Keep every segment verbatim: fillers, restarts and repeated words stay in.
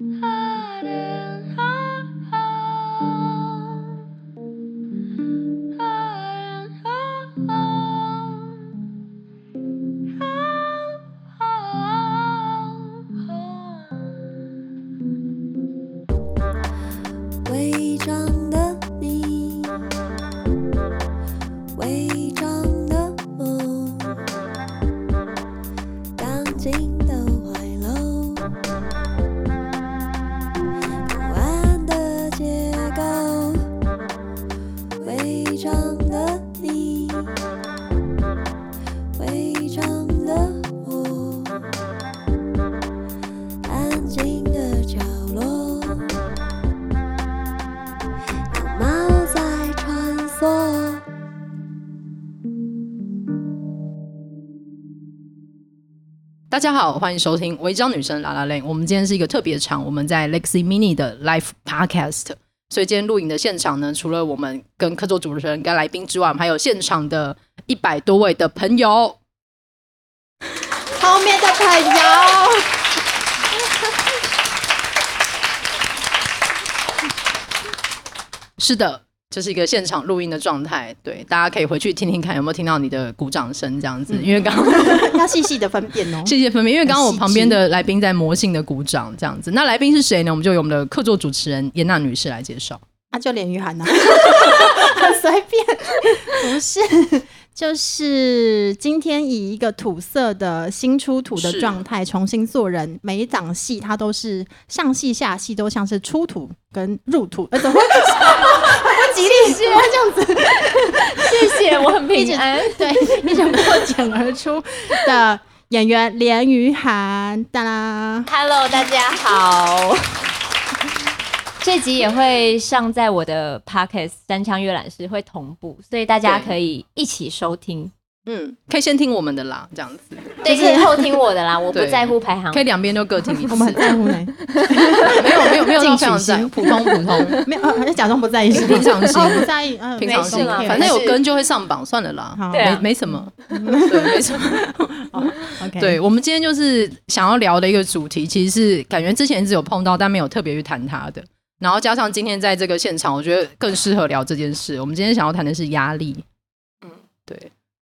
伪装的你，伪装的梦，钢筋的怀楼，不安的结构，伪装的你，伪装的我，安静的角落。 大家好，欢迎收听违章女生啦啦链。我们今天是一个特别场，我们在 Lexi Mini 的 Live Podcast， 所以今天录影的现场呢，除了我们跟客座主持人跟来宾之外，我们还有现场的一百多位的朋友， 后面的朋友是的，就是一个现场录音的状态。对，大家可以回去听听看有没有听到你的鼓掌声这样子，嗯、因为刚刚要细细的分辨哦， 细细的分辨，因为刚刚我旁边的来宾在魔性的鼓掌这样子。那来宾是谁呢？我们就由我们的客座主持人严娜女士来介绍。 啊，就连于涵啊，很随便，不是。就是今天以一个土色的新出土的状态重新做人，每一档戏它都是上戏下戏都像是出土跟入土，呃，怎么会不吉利？谢谢这样子， 谢谢，我很平安。 对，一直破茧而出的演员连于涵，哒啦 ，Hello， 大家好。这集也会上在我的 Podcast 三枪阅览室会同步，所以大家可以一起收听。 嗯，可以先听我们的啦，这样子。 对，可以后听我的啦，我不在乎排行。 可以两边都各听一次。 我们很在乎呢。 没有没有没有到非常在乎，普通普通。 没有，好像假装不在意， 平常心， 不在意，嗯， 平常心啊，反正有跟就会上榜，算了啦，没没什么，对，没什么。对，我们今天就是想要聊的一个主题，其实是感觉之前只有碰到，但没有特别去谈它的。然后加上今天在这个现场，我觉得更适合聊这件事。我们今天想要谈的是压力。嗯，对。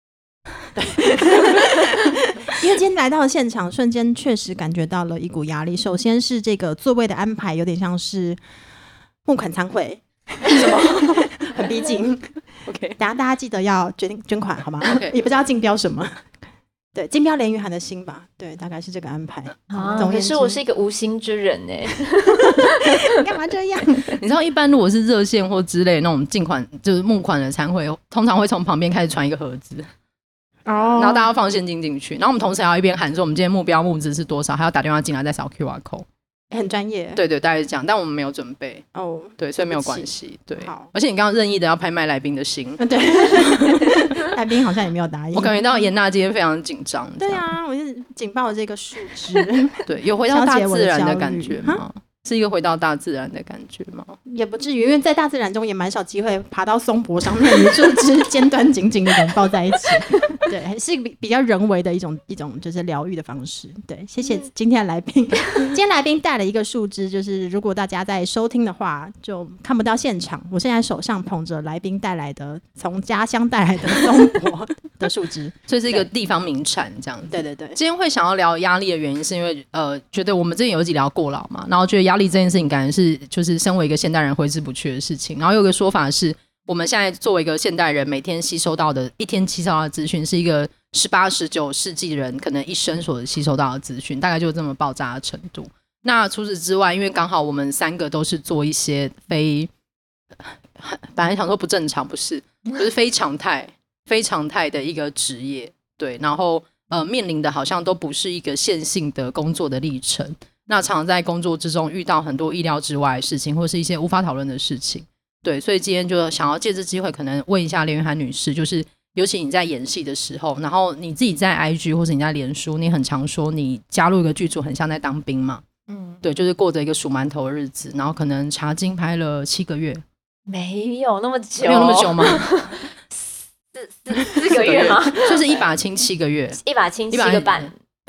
因为今天来到了现场，瞬间确实感觉到了一股压力。首先是这个座位的安排，有点像是募款餐会，什么很逼近。OK， 等一下大家记得要捐捐款好吗？ Okay. 也不知道竞标什么。对，竞标连于涵的心吧，对，大概是这个安排。 啊，可是我是一个无心之人哎， 你干嘛这样？ 你知道，一般如果是热线或之类那种进款，就是募款的餐会，通常会从旁边开始传一个盒子，哦，然后大家放现金进去，然后我们同时还要一边喊说我们今天目标募资是多少，还要打电话进来再扫 Q R code。 很专业， 对对，大概是这样，但我们没有准备哦，对，所以没有关系，对。好，而且你刚刚任意的要拍卖来宾的心， 对，来宾好像也没有答应。 我感觉到严娜今天非常紧张。 对啊，我是紧抱这个树枝， 对，有回到大自然的感觉吗？是一个回到大自然的感觉吗？ 也不至于，因为在大自然中也蛮少机会爬到松柏上面，与树枝尖端紧紧的拥抱在一起。对，是比较人为的一种一种就是疗愈的方式。对，谢谢今天的来宾。今天来宾带了一个树枝，就是如果大家在收听的话，就看不到现场。我现在手上捧着来宾带来的从家乡带来的松柏的树枝， 这是一个地方名产，这样子。 对对对。 今天会想要聊压力的原因，是因为呃，觉得我们之前有一集聊过劳嘛，然后觉得压力这件事情感觉是就是身为一个现代人挥之不去的事情。然后有个说法是，我们现在作为一个现代人，每天吸收到的一天吸收到的资讯，是一个十八、十九世纪人可能一生所吸收到的资讯，大概就这么爆炸的程度。那除此之外，因为刚好我们三个都是做一些非，本来想说不正常，不是，就是非常态、非常态的一个职业，对，然后呃面临的好像都不是一个线性的工作的历程。那常常在工作之中遇到很多意料之外的事情，或是一些无法讨论的事情，对，所以今天就想要借这机会，可能问一下连于涵女士，就是尤其你在演戏的时候，然后你自己在 I G 或者你在脸书，你很常说你加入一个剧组很像在当兵嘛，嗯，对，就是过着一个数馒头的日子，然后可能茶金拍了七个月， 没有那么久， 没有那么久吗？ 四四四个月吗？ 就是一把青七个月， 一把青七个半。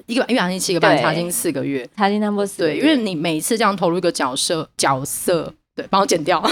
一个一把星七个半， 对茶金四个月， 茶金差不多四个对， 月因为你每一次这样投入一个角色角色，对，帮我剪掉。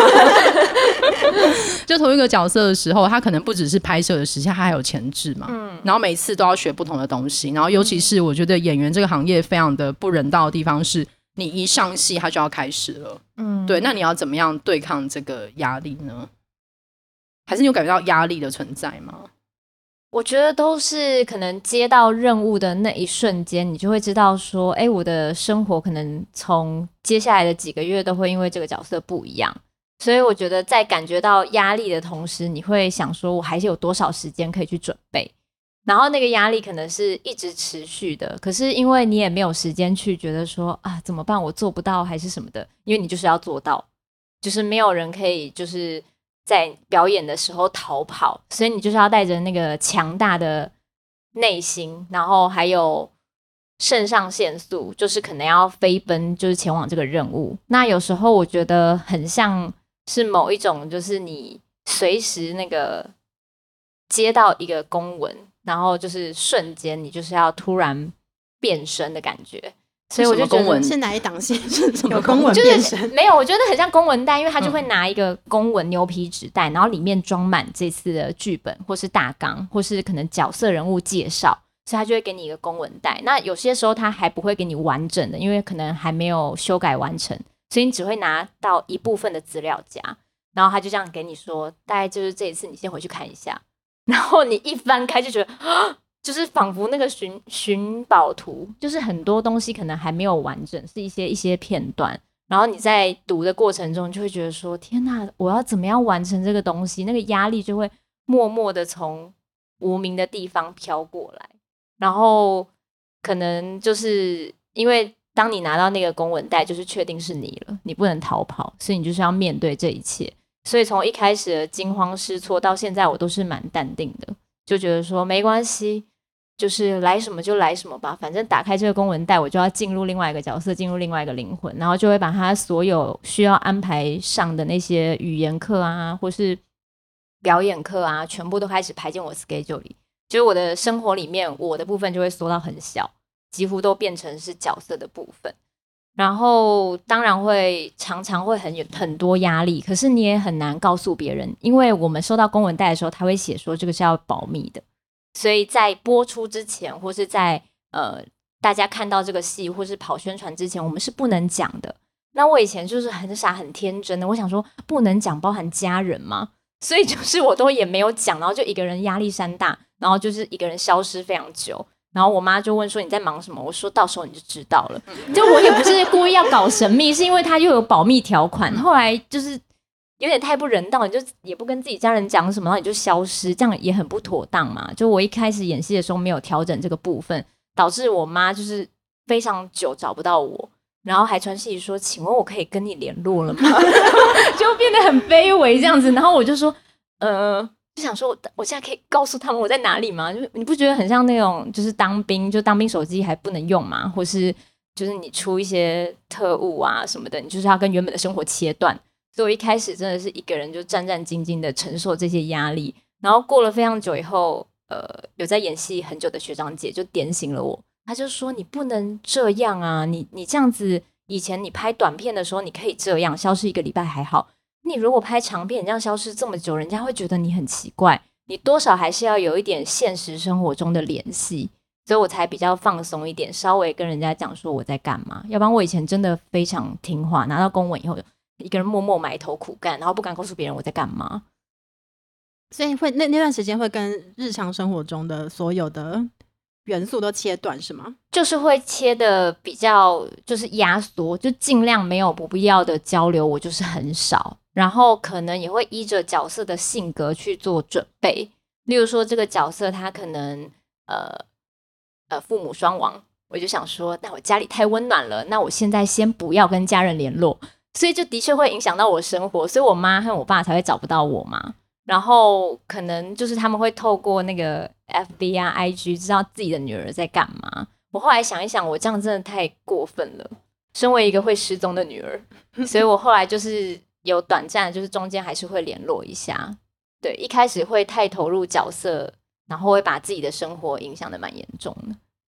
就投入一个角色的时候，他可能不只是拍摄的时间，他还有前置嘛，嗯，然后每次都要学不同的东西，然后尤其是我觉得演员这个行业非常的不人道的地方是，你一上戏他就要开始了，嗯，对，那你要怎么样对抗这个压力呢？还是你有感觉到压力的存在吗？ 我觉得都是可能接到任务的那一瞬间，你就会知道说，哎，我的生活可能从接下来的几个月都会因为这个角色不一样。所以我觉得在感觉到压力的同时，你会想说我还是有多少时间可以去准备，然后那个压力可能是一直持续的，可是因为你也没有时间去觉得说啊怎么办我做不到还是什么的，因为你就是要做到，就是没有人可以就是在表演的时候逃跑，所以你就是要带着那个强大的内心，然后还有肾上腺素，就是可能要飞奔，就是前往这个任务。那有时候我觉得很像是某一种，就是你随时那个接到一个公文，然后就是瞬间你就是要突然变身的感觉。所以我就觉得是哪一档戏是什么公文变身？ 就是没有，我觉得很像公文袋，因为他就会拿一个公文牛皮纸袋，然后里面装满这次的剧本，或是大纲，或是可能角色人物介绍，所以他就会给你一个公文袋。那有些时候他还不会给你完整的，因为可能还没有修改完成，所以你只会拿到一部分的资料夹，然后他就这样给你说，大概就是这一次，你先回去看一下。然后你一翻开就觉得啊。就是仿佛那个寻寻宝图，就是很多东西可能还没有完整，是一些一些片段，然后你在读的过程中就会觉得说天哪，我要怎么样完成这个东西，那个压力就会默默的从无名的地方飘过来，然后可能就是因为当你拿到那个公文袋，就是确定是你了，你不能逃跑，所以你就是要面对这一切。所以从一开始的惊慌失措到现在，我都是蛮淡定的，就觉得说没关系，就是来什么就来什么吧，反正打开这个公文袋，我就要进入另外一个角色，进入另外一个灵魂，然后就会把他所有需要安排上的那些语言课啊，或是表演课啊，全部都开始排进我 schedule 里。就是我的生活里面，我的部分就会缩到很小，几乎都变成是角色的部分。然后当然会常常会很有很多压力，可是你也很难告诉别人，因为我们收到公文袋的时候，他会写说这个是要保密的。所以在播出之前，或是在呃大家看到这个戏，或是跑宣传之前，我们是不能讲的。那我以前就是很傻很天真的，我想说不能讲，包含家人吗？所以就是我都也没有讲，然后就一个人压力山大，然后就是一个人消失非常久。然后我妈就问说你在忙什么？我说到时候你就知道了。就我也不是故意要搞神秘，是因为它又有保密条款。后来就是有点太不人道，你就也不跟自己家人讲什么，然后你就消失，这样也很不妥当嘛。就我一开始演戏的时候没有调整这个部分，导致我妈就是非常久找不到我，然后还传讯息说请问我可以跟你联络了吗？就变得很卑微这样子。然后我就说呃就想说我现在可以告诉他们我在哪里吗？就你不觉得很像那种就是当兵，就当兵手机还不能用嘛，或是就是你出一些特务啊什么的，你就是要跟原本的生活切断。所以我一开始真的是一个人就战战兢兢的承受这些压力，然后过了非常久以后，呃，有在演戏很久的学长姐就点醒了我，他就说你不能这样啊，你你这样子，以前你拍短片的时候你可以这样消失一个礼拜还好，你如果拍长片，你这样消失这么久，人家会觉得你很奇怪，你多少还是要有一点现实生活中的联系，所以我才比较放松一点，稍微跟人家讲说我在干嘛，要不然我以前真的非常听话，拿到公文以后一个人默默埋头苦干，然后不敢告诉别人我在干嘛。 所以会那那段时间会跟日常生活中的所有的元素都切断是吗？ 就是会切的比较就是压缩，就尽量没有不必要的交流，我就是很少，然后可能也会依着角色的性格去做准备。例如说这个角色他可能呃呃父母双亡，我就想说那我家里太温暖了，那我现在先不要跟家人联络，所以就的确会影响到我生活，所以我妈和我爸才会找不到我嘛。然后可能就是他们会透过那个 F B 啊 I G 知道自己的女儿在干嘛。我后来想一想，我这样真的太过分了，身为一个会失踪的女儿，所以我后来就是有短暂就是中间还是会联络一下。对，一开始会太投入角色，然后会把自己的生活影响的蛮严重的。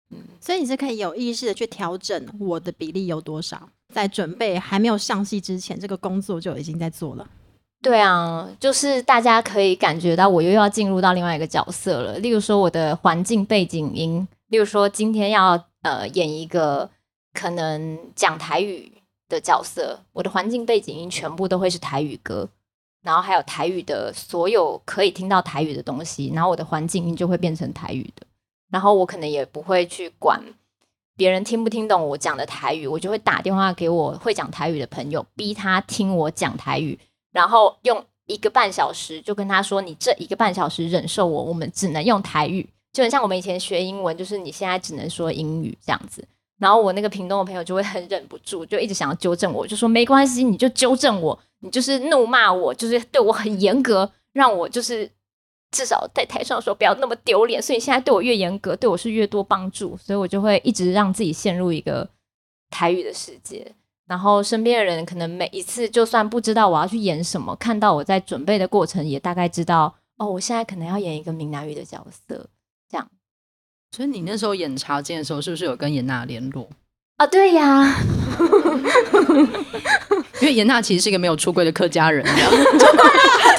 所以你是可以有意识的去调整我的比例有多少，在准备还没有上戏之前，这个工作就已经在做了。 对啊，就是大家可以感觉到我又要进入到另外一个角色了。例如说我的环境背景音，例如说今天要呃演一个可能讲台语的角色，我的环境背景音全部都会是台语歌，然后还有台语的所有可以听到台语的东西，然后我的环境音就会变成台语的。然后我可能也不会去管别人听不听懂我讲的台语，我就会打电话给我会讲台语的朋友，逼他听我讲台语，然后用一个半小时就跟他说，你这一个半小时忍受我，我们只能用台语，就很像我们以前学英文，就是你现在只能说英语这样子。然后我那个屏东的朋友就会很忍不住，就一直想要纠正我，就说没关系，你就纠正我，你就是怒骂我，就是对我很严格，让我就是至少在台上的时候不要那么丢脸，所以现在对我越严格，对我是越多帮助，所以我就会一直让自己陷入一个台语的世界。然后身边的人可能每一次就算不知道我要去演什么，看到我在准备的过程也大概知道，哦，我现在可能要演一个闽南语的角色这样。 所以你那时候演茶间的时候是不是有跟严娜联络啊？对呀因为严娜其实是一个没有出柜的客家人这样突然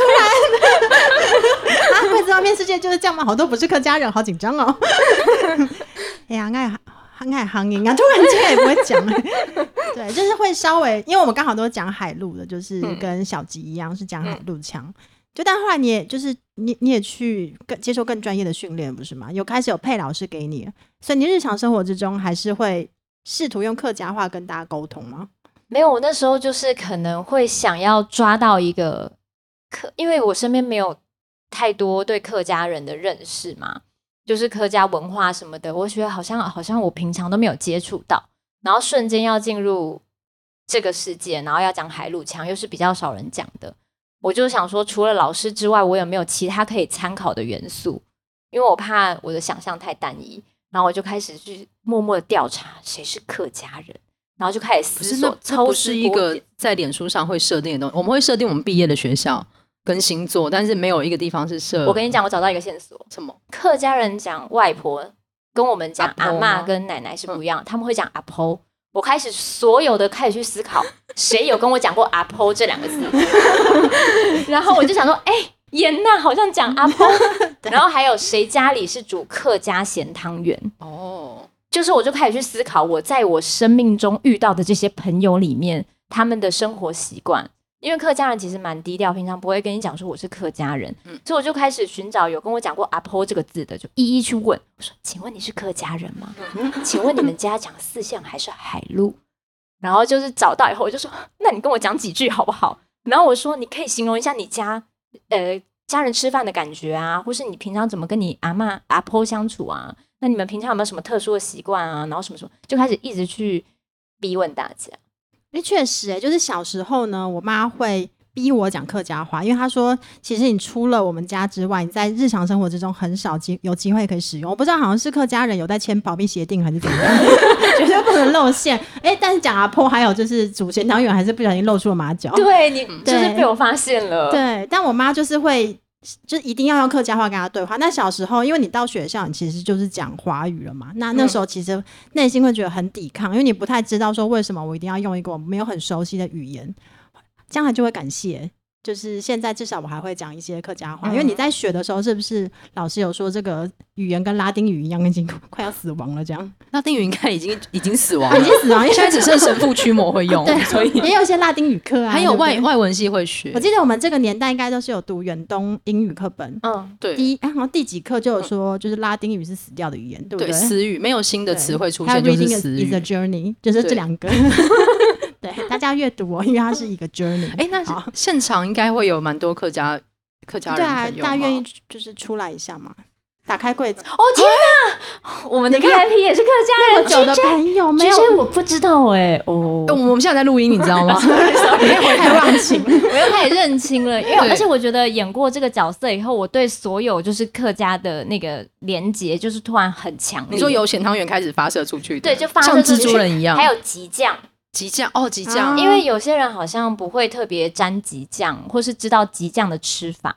啊，柜子外面世界就是这样吗？好多不是客家人，好紧张哦哎呀，爱爱行业啊，突然间也不会讲对，就是会稍微，因为我们刚好都讲海陆的，就是跟小吉一样是讲海陆腔、嗯、就但后来你也就是你你也去更接受更专业的训练不是吗？有开始有配老师给你，所以你日常生活之中还是会试图用客家话跟大家沟通吗？ 没有，我那时候就是可能会想要抓到一个客，因为我身边没有太多对客家人的认识嘛，就是客家文化什么的，我觉得好像好像我平常都没有接触到，然后瞬间要进入这个世界，然后要讲海陆腔，又是比较少人讲的，我就想说除了老师之外，我有没有其他可以参考的元素，因为我怕我的想象太单一，然后我就开始去默默的调查谁是客家人，然后就开始思索。 这不是一个在脸书上会设定的东西，我们会设定我们毕业的学校跟星座，但是没有一个地方是设。 我跟你讲，我找到一个线索。 什么？ 客家人讲外婆跟我们讲阿嬷跟奶奶是不一样、嗯、他们会讲阿婆。我开始所有的开始去思考谁有跟我讲过阿婆这两个字然后我就想说哎、欸，严娜好像讲阿婆然后还有谁家里是煮客家咸汤圆哦，就是我就开始去思考我在我生命中遇到的这些朋友里面他们的生活习惯，因为客家人其实蛮低调，平常不会跟你讲说我是客家人、嗯、所以我就开始寻找有跟我讲过阿婆这个字的，就一一去问，我说请问你是客家人吗、嗯、请问你们家讲四县还是海陆，然后就是找到以后我就说那你跟我讲几句好不好，然后我说你可以形容一下你家呃家人吃饭的感觉啊，或是你平常怎么跟你阿嬷阿婆相处啊，那你们平常有没有什么特殊的习惯啊，然后什么什么，就开始一直去逼问大家。 因为确实、欸、就是小时候呢我妈会逼我讲客家话，因为她说其实你除了我们家之外，你在日常生活之中很少机有机会可以使用，我不知道好像是客家人有在签保密协定还是怎样绝对不能露馅、欸、但是讲阿婆还有就是煮咸汤圆还是不小心露出了马脚， 对，你就是被我发现了。 对，但我妈就是会就一定要用客家话跟他对话。那小时候因为你到学校你其实就是讲华语了嘛，那那时候其实内心会觉得很抵抗，因为你不太知道说为什么我一定要用一个我没有很熟悉的语言，将来就会感谢就是现在至少我还会讲一些客家话、嗯、因为你在学的时候是不是老师有说这个语言跟拉丁语一样已经快要死亡了，这样拉丁语应该已经已经死亡了、 啊、已经死亡， 现在只剩神父驱魔会用对， 所以也有一些拉丁语课啊， 还有外外文系会学。 我记得我们这个年代应该都是有读远东英语课本， 嗯，对， 第一、啊、好像第几课就有说就是拉丁语是死掉的语言，对不对？ 对，死语没有新的词汇出现就是死语。 Reading is a journey 就是这两个对，大家阅读哦，因为它是一个 journey。 哎，那现场应该会有蛮多客家客家人朋友， 对啊，大家愿意就是出来一下嘛，打开柜子。 哦天哪，我们的 V I P 也是客家人， 久的朋友没有？ 其实我不知道哎、欸，哦， 我们现在在录音，你知道吗？ 我太忘情， 我又开始认清了，因为而且我觉得演过这个角色以后，我对所有就是客家的那个连结就是突然很强烈。 你说由咸汤圆开始发射出去的， 对，就发射出去， 像蜘蛛人一样， 还有激酱。 激酱哦，激酱、 啊， 因为有些人好像不会特别沾激酱，或是知道激酱的吃法，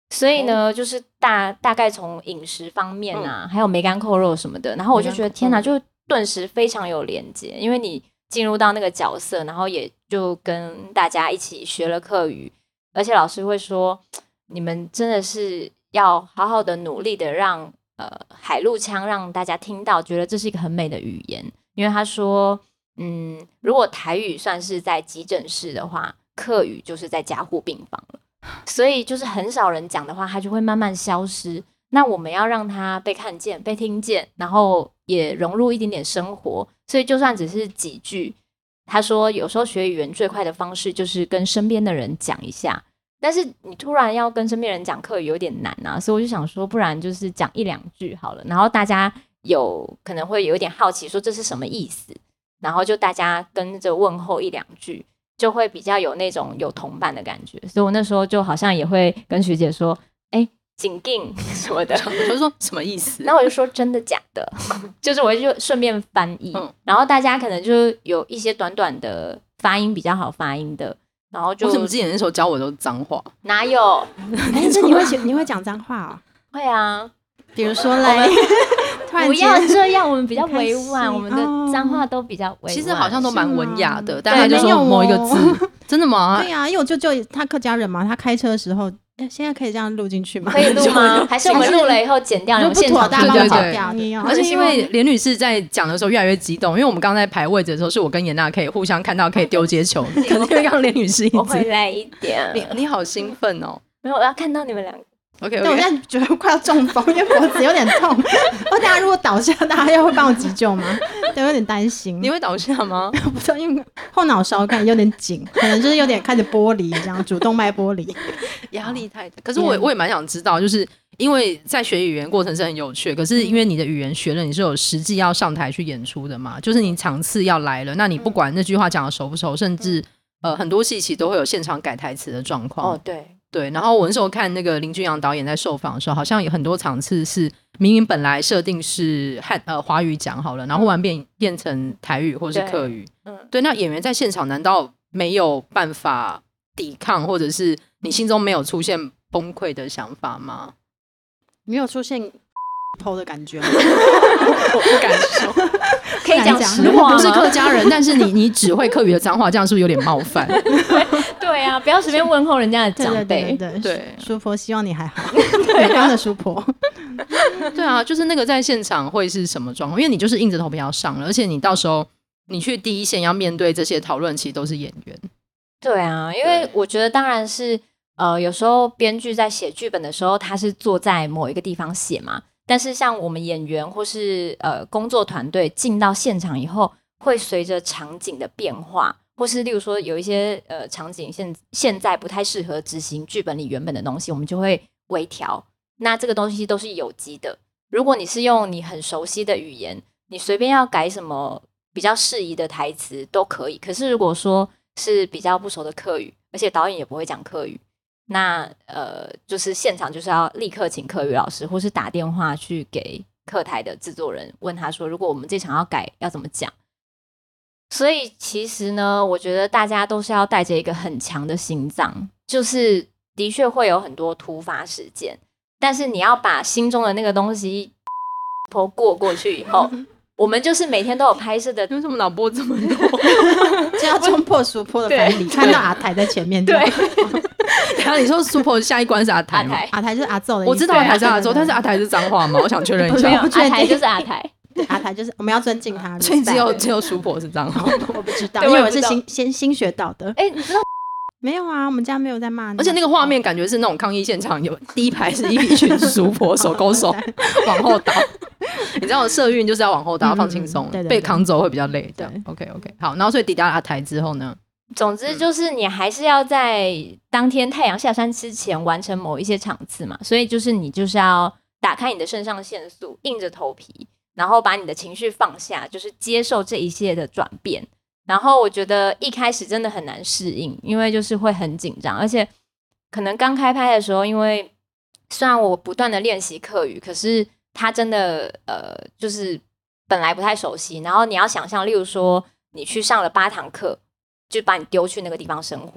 所以呢，就是大大概从饮食方面啊，嗯、还有梅干扣肉什么的，然后我就觉得天哪，就顿时非常有连结，因为你进入到那个角色，然后也就跟大家一起学了客语，而且老师会说，你们真的是要好好的努力的让呃海陆腔让大家听到，觉得这是一个很美的语言，因为他说，嗯，如果台语算是在急诊室的话，客语就是在加护病房了。所以就是很少人讲的话，它就会慢慢消失。那我们要让它被看见、被听见，然后也融入一点点生活。所以就算只是几句，他说有时候学语言最快的方式就是跟身边的人讲一下。但是你突然要跟身边人讲客语有点难啊，所以我就想说，不然就是讲一两句好了。然后大家有可能会有一点好奇，说这是什么意思，然后就大家跟着问候一两句。就会比较有那种有同伴的感觉，所以我那时候就好像也会跟学姐说，哎、欸，紧进什么的， 我就说什么意思？ 然后我就说真的假的，就是我就顺便翻译、嗯，然后大家可能就有一些短短的发音比较好发音的，然后就为什么之前那时候教我都是脏话？ 哪有？ 哎、欸，这你会你会讲脏话哦？ 会啊， 比如说嘞。 不要这样，我们比较委婉，我们的脏话都比较委婉， 其实好像都蛮文雅的，但他就说某一个字，真的吗？ 对呀、啊，因为我舅舅他客家人嘛，他开车的时候，现在可以这样录进去吗？ 可以录吗？还是我们录了以后剪掉？ 不妥，大家帮我剪掉。 而且因为连女士在讲的时候越来越激动，因为我们刚才排位置的时候，是我跟严娜可以互相看到，可以丢接球，可能因为刚刚连女士一直我回来一点， 你你好兴奋哦！ 没有，我要看到你们两个。 OK， okay. 对，我现在觉得快要中风，因为脖子有点痛。我等下如果倒下，大家要会帮我急救吗？对，有点担心。 你会倒下吗？ 不知道，因为后脑勺感有点紧，可能就是有点开始剥离，这样主动脉剥离， 压力太大。可是我也我也蛮想知道，就是因为在学语言过程是很有趣，可是因为你的语言学了，你是有实际要上台去演出的嘛？就是你场次要来了，那你不管那句话讲的熟不熟，甚至呃很多戏其实都会有现场改台词的状况。 哦，对。 对，然后我那时候看那个林君阳导演在受访的时候，好像有很多场次是明明本来设定是汉呃华语讲好了，然后忽然变变成台语或是客语。嗯，对，那演员在现场难道没有办法抵抗，或者是你心中没有出现崩溃的想法吗？ 没有出现偷的感觉吗？ 我不敢说。 可以讲实话吗？ 不是客家人，但是你你只会客语的脏话，这样是不是有点冒犯？ 对啊，不要随便问候人家的长辈。 对对对对， 叔婆希望你还好。对，刚的叔婆。 对啊，就是那个在现场会是什么状况？因为你就是硬着头皮要上了，而且你到时候你去第一线要面对这些讨论，其实都是演员。 对啊，因为我觉得当然是呃，有时候编剧在写剧本的时候，他是坐在某一个地方写嘛。但是像我们演员或是呃工作团队进到现场以后，会随着场景的变化，或是例如说有一些呃场景现现在不太适合执行剧本里原本的东西，我们就会微调。那这个东西都是有机的。如果你是用你很熟悉的语言，你随便要改什么比较适宜的台词都可以。可是如果说是比较不熟的客语，而且导演也不会讲客语。那呃，就是现场就是要立刻请客语老师，或是打电话去给客台的制作人，问他说，如果我们这场要改，要怎么讲？所以其实呢，我觉得大家都是要带着一个很强的心脏，就是的确会有很多突发事件，但是你要把心中的那个东西过过去以后。我们就是每天都有拍摄的， 为什么脑波这么多？ 就要冲破苏坡的藩篱，看到阿台在前面。 对， 然后你说苏坡下一关是阿台吗？ 阿台是阿奏的意思。 我知道阿台是阿奏，但是阿台是脏话吗？我想确认一下。 阿台就是阿台， 阿台就是我们要尊敬他。 所以只有只有苏坡是脏话， 我不知道，因为我是新先新学到的。 哎，你知道？ 没有啊，我们家没有在骂你。 而且那个画面感觉是那种抗议现场，有第一排是一群叔婆手勾手往后倒。你知道社运就是要往后倒，放轻松，被扛走会比较累。这样 OK OK 好，然后所以抵达阿台之后呢， 总之就是你还是要在当天太阳下山之前完成某一些场次嘛，所以就是你就是要打开你的肾上腺素，硬着头皮，然后把你的情绪放下，就是接受这一切的转变。然后我觉得一开始真的很难适应，因为就是会很紧张，而且可能刚开拍的时候，因为虽然我不断的练习客语，可是他真的呃就是本来不太熟悉，然后你要想象，例如说你去上了八堂课，就把你丢去那个地方生活，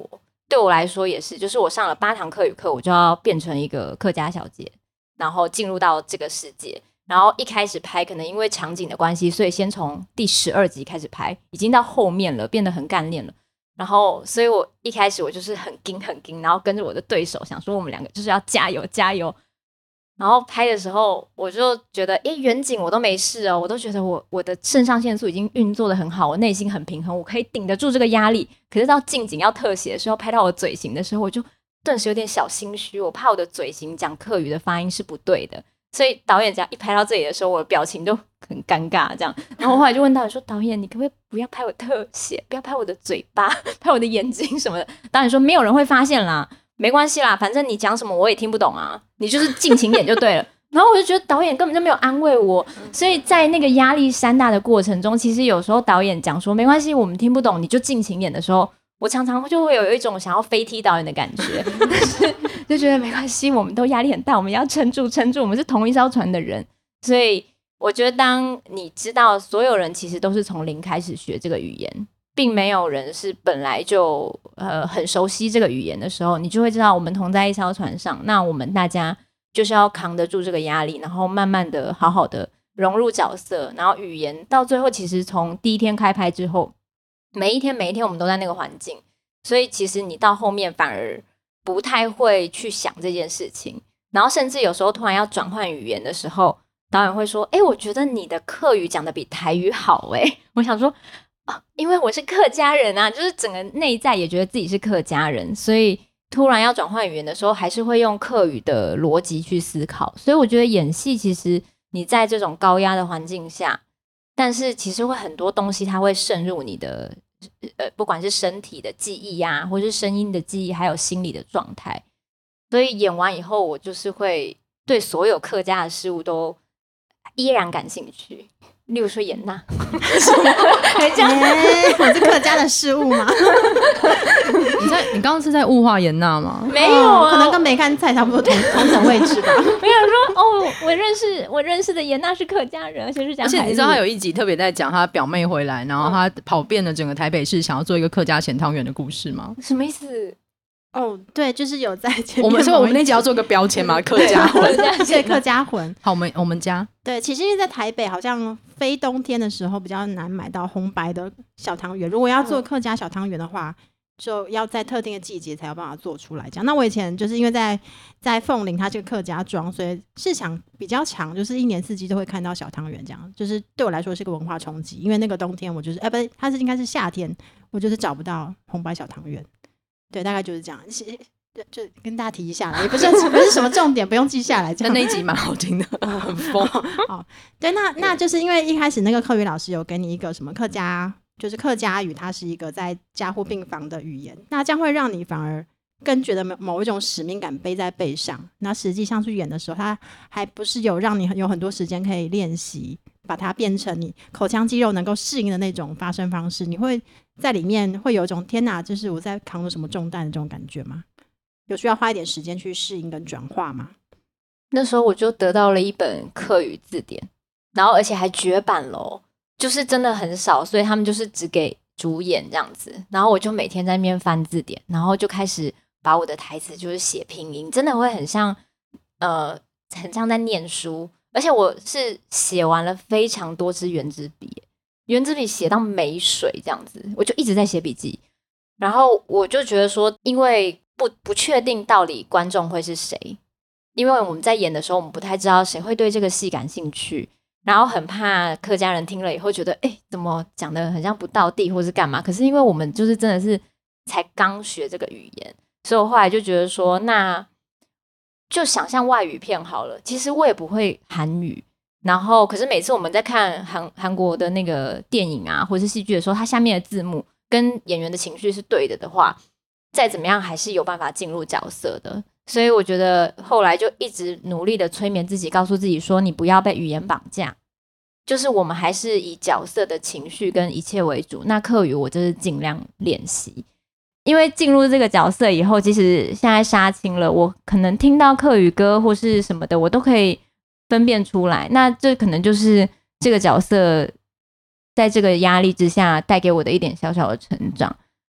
对我来说也是，就是我上了八堂客语课，我就要变成一个客家小姐，然后进入到这个世界。然后一开始拍，可能因为场景的关系，所以先从第十二集开始拍，已经到后面了，变得很干练了。然后，所以我一开始我就是很硬很硬，然后跟着我的对手，想说我们两个就是要加油加油。然后拍的时候，我就觉得，诶，远景我都没事哦，我都觉得我我的肾上腺素已经运作的很好，我内心很平衡，我可以顶得住这个压力。可是到近景要特写的时候，拍到我嘴型的时候，我就顿时有点小心虚，我怕我的嘴型讲客语的发音是不对的。所以导演只要一拍到这里的时候，我的表情就很尴尬这样。然后我后来就问导演说，导演你可不可以不要拍我特写，不要拍我的嘴巴，拍我的眼睛什么的。导演说没有人会发现啦，没关系啦，反正你讲什么我也听不懂啊，你就是尽情演就对了。然后我就觉得导演根本就没有安慰我，所以在那个压力山大的过程中，其实有时候导演讲说没关系我们听不懂你就尽情演的时候，我常常就会有一种想要飞踢导演的感觉，但是就觉得没关系，我们都压力很大，我们要撑住撑住，我们是同一艘船的人。所以我觉得当你知道所有人其实都是从零开始学这个语言，并没有人是本来就呃很熟悉这个语言的时候，你就会知道我们同在一艘船上，那我们大家就是要扛得住这个压力，然后慢慢的好好的融入角色，然后语言到最后其实从第一天开拍之后，每一天每一天我们都在那个环境，所以其实你到后面反而不太会去想这件事情。然后甚至有时候突然要转换语言的时候，导演会说诶我觉得你的客语讲得比台语好诶。我想说啊，因为我是客家人啊，就是整个内在也觉得自己是客家人，所以突然要转换语言的时候还是会用客语的逻辑去思考。所以我觉得演戏其实你在这种高压的环境下，但是其实会很多东西它会渗入你的呃，不管是身体的记忆啊，或是声音的记忆，还有心理的状态。所以演完以后我就是会对所有客家的事物都依然感兴趣，例如说演娜欸、我是客家的事物吗？ 你在你刚刚是在物化严娜吗？ 没有啊、 哦，可能跟梅干菜差不多同同等位置吧。 没有说哦，我认识我认识的严娜是客家人，而且是讲海陆。 而且你知道他有一集特别在讲他表妹回来，然后他跑遍了整个台北市，想要做一个客家咸汤圆的故事吗？ 什么意思？ 哦，对，就是有在前面我们说我们那集要做个标签嘛，客家魂， 对，客家魂。 好，我们我们家对，其实因为在台北好像非冬天的时候比较难买到红白的小汤圆，如果要做客家小汤圆的话，嗯、就要在特定的季节才有办法做出来。这样，那我以前就是因为在在凤林，它这个客家庄，所以市场比较强，就是一年四季都会看到小汤圆，这样就是对我来说是个文化冲击。因为那个冬天我就是，哎、呃，不是，它是应该是夏天，我就是找不到红白小汤圆。对，大概就是这样。就跟大家提一下啦，也不是不是什么重点，不用记下来。这样但那一集蛮好听的，很疯。 哦，对，那那就是因为一开始那个客语老师有给你一个什么客家，就是客家语，它是一个在加护病房的语言，那这样会让你反而更觉得某一种使命感背在背上。那实际上去演的时候，它还不是有让你有很多时间可以练习，把它变成你口腔肌肉能够适应的那种发声方式。你会在里面会有一种天哪，就是我在扛着什么重担的这种感觉吗？有需要花一点时间去适应跟转化吗？ 那时候我就得到了一本客语字典，然后而且还绝版咯，就是真的很少，所以他们就是只给主演这样子。然后我就每天在那边翻字典，然后就开始把我的台词就是写拼音，真的会很像呃，很像在念书。而且我是写完了非常多支原子笔，原子笔写到没水这样子，我就一直在写笔记。然后我就觉得说，因为不不确定到底观众会是谁，因为我们在演的时候我们不太知道谁会对这个戏感兴趣，然后很怕客家人听了以后觉得哎，怎么讲的很像不道地或是干嘛。可是因为我们就是真的是才刚学这个语言，所以我后来就觉得说，那就想象外语片好了。其实我也不会韩语，然后可是每次我们在看韩韩国的那个电影啊或是戏剧的时候，它下面的字幕跟演员的情绪是对的的话，再怎么样还是有办法进入角色的。所以我觉得后来就一直努力的催眠自己，告诉自己说你不要被语言绑架，就是我们还是以角色的情绪跟一切为主。那客语我就是尽量练习，因为进入这个角色以后，即使现在杀青了，我可能听到客语歌或是什么的我都可以分辨出来。那这可能就是这个角色在这个压力之下带给我的一点小小的成长。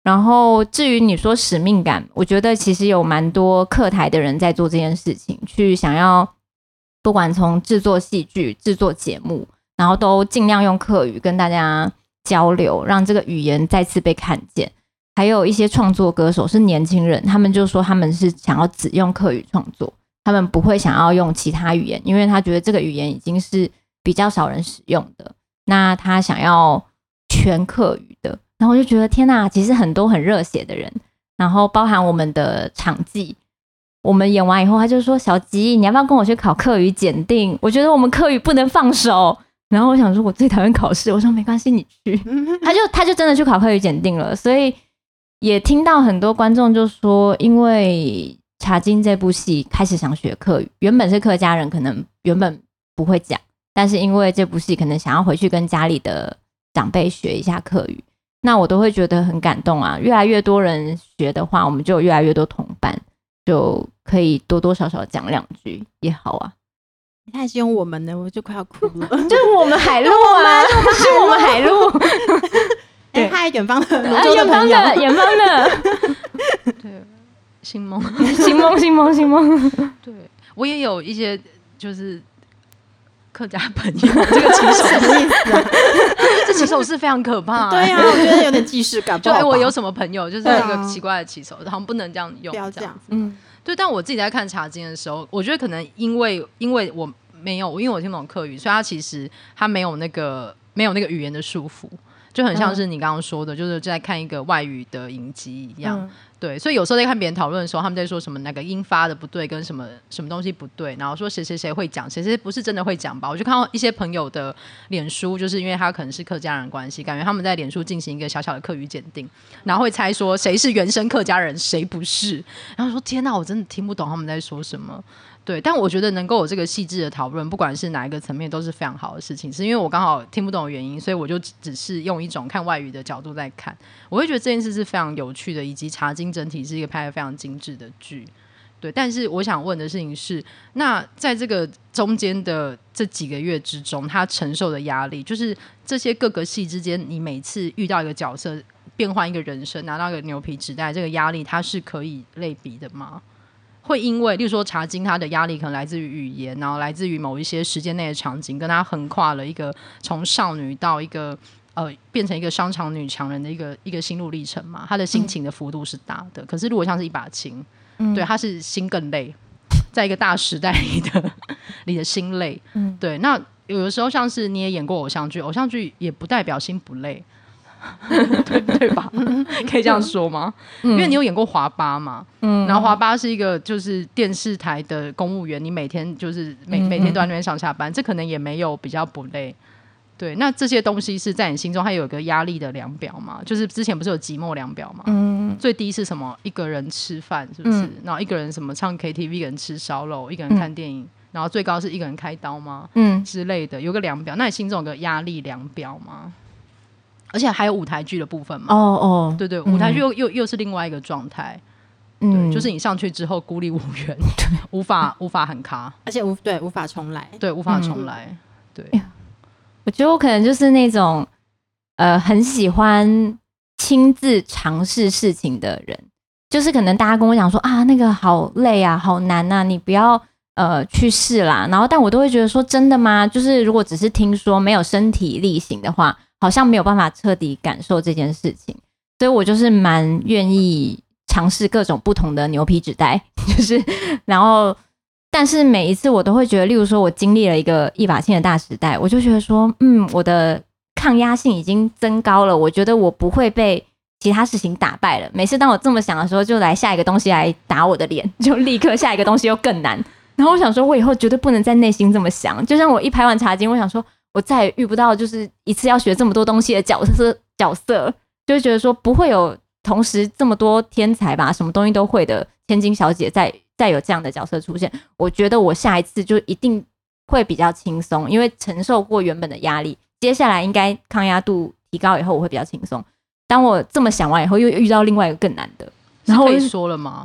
然后至于你说使命感，我觉得其实有蛮多客台的人在做这件事情，去想要不管从制作戏剧、制作节目，然后都尽量用客语跟大家交流，让这个语言再次被看见。还有一些创作歌手是年轻人，他们就说他们是想要只用客语创作，他们不会想要用其他语言，因为他觉得这个语言已经是比较少人使用的，那他想要全客语的。然后我就觉得天哪，其实很多很热血的人，然后包含我们的场记，我们演完以后他就说小吉你要不要跟我去考客语检定，我觉得我们客语不能放手。然后我想说我最讨厌考试，我说没关系你去，他就他就真的去考客语检定了。所以也听到很多观众就说，因为茶金这部戏开始想学客语，原本是客家人，可能原本不会讲，但是因为这部戏可能想要回去跟家里的长辈学一下客语，那我都会觉得很感动啊。越来越多人学的话，我们就有越来越多同伴，就可以多多少少讲两句也好啊。 他还是用我们呢，我就快要哭了。 就是我们海陆啊，是我们海陆。 对，他远方的啊，远方的，远方的。 对，星梦， 星梦，星梦，星梦。 对，我也有一些就是客家朋友，这个骑手什么意思啊？ 这骑手是非常可怕、欸。 对啊，我觉得有点既视感。 就哎、欸，我有什么朋友就是那个奇怪的骑手，好像不能这样用， 不要这样。 嗯，对。但我自己在看茶经的时候，我觉得可能因为因为我没有，因为我听不懂客语，所以他其实他没有那个没有那个语言的束缚。就很像是你刚刚说的、嗯、就是在看一个外语的影集一样、嗯、对，所以有时候在看别人讨论的时候，他们在说什么那个音发的不对跟什么什么东西不对，然后说谁谁谁会讲，谁谁不是真的会讲吧。我就看到一些朋友的脸书，就是因为他可能是客家人关系，感觉他们在脸书进行一个小小的客语检定，然后会猜说谁是原生客家人谁不是，然后说天哪，我真的听不懂他们在说什么。对，但我觉得能够有这个细致的讨论，不管是哪一个层面都是非常好的事情。是因为我刚好听不懂的原因，所以我就只是用一种看外语的角度在看，我会觉得这件事是非常有趣的，以及茶经整体是一个拍得非常精致的剧。对，但是我想问的事情是，那在这个中间的这几个月之中，他承受的压力，就是这些各个戏之间，你每次遇到一个角色变换一个人生，拿到一个牛皮纸袋，这个压力它是可以类比的吗？会因为例如说茶经他的压力可能来自于语言，然后来自于某一些时间内的场景，跟他横跨了一个从少女到一个呃变成一个商场女强人的一个一个心路历程嘛，他的心情的幅度是大的、嗯、可是如果像是一把琴、嗯、对，他是心更累，在一个大时代里的你的心累、嗯、对。那有的时候像是你也演过偶像剧，偶像剧也不代表心不累对, 对吧可以这样说吗、嗯、因为你有演过华八嘛、嗯、然后华八是一个就是电视台的公务员，你每天就是每, 每天都在那边上下班、嗯、这可能也没有比较不累。对，那这些东西是在你心中它有一个压力的量表嘛，就是之前不是有寂寞量表嘛、嗯、最低是什么，一个人吃饭是不是、嗯、然后一个人什么唱 K T V， 一个人吃烧肉，一个人看电影、嗯、然后最高是一个人开刀吗、嗯、之类的，有个量表。那你心中有个压力量表吗？而且还有舞台剧的部分嘛。哦哦，对对，舞台剧 又,、嗯、又, 又是另外一个状态。嗯，就是你上去之后孤立无援，无法无法喊卡， 而且无对无法重来， 对，无法重来、嗯、对。 我觉得我可能就是那种呃很喜欢亲自尝试事情的人，就是可能大家跟我讲说啊那个好累啊好难啊，你不要呃去试啦，然后但我都会觉得说真的吗？就是如果只是听说没有身体力行的话，好像没有办法彻底感受这件事情，所以我就是蛮愿意尝试各种不同的牛皮纸袋，就是然后但是每一次我都会觉得，例如说我经历了一个一把青的大时代，我就觉得说嗯我的抗压性已经增高了，我觉得我不会被其他事情打败了。每次当我这么想的时候，就来下一个东西来打我的脸，就立刻下一个东西又更难。然后我想说我以后绝对不能在内心这么想，就像我一拍完茶经，我想说我再也遇不到就是一次要学这么多东西的角色角色，就会觉得说不会有同时这么多天才吧，什么东西都会的千金小姐再再有这样的角色出现，我觉得我下一次就一定会比较轻松，因为承受过原本的压力，接下来应该抗压度提高以后我会比较轻松。当我这么想完以后，又遇到另外一个更难的，然后可以说了吗？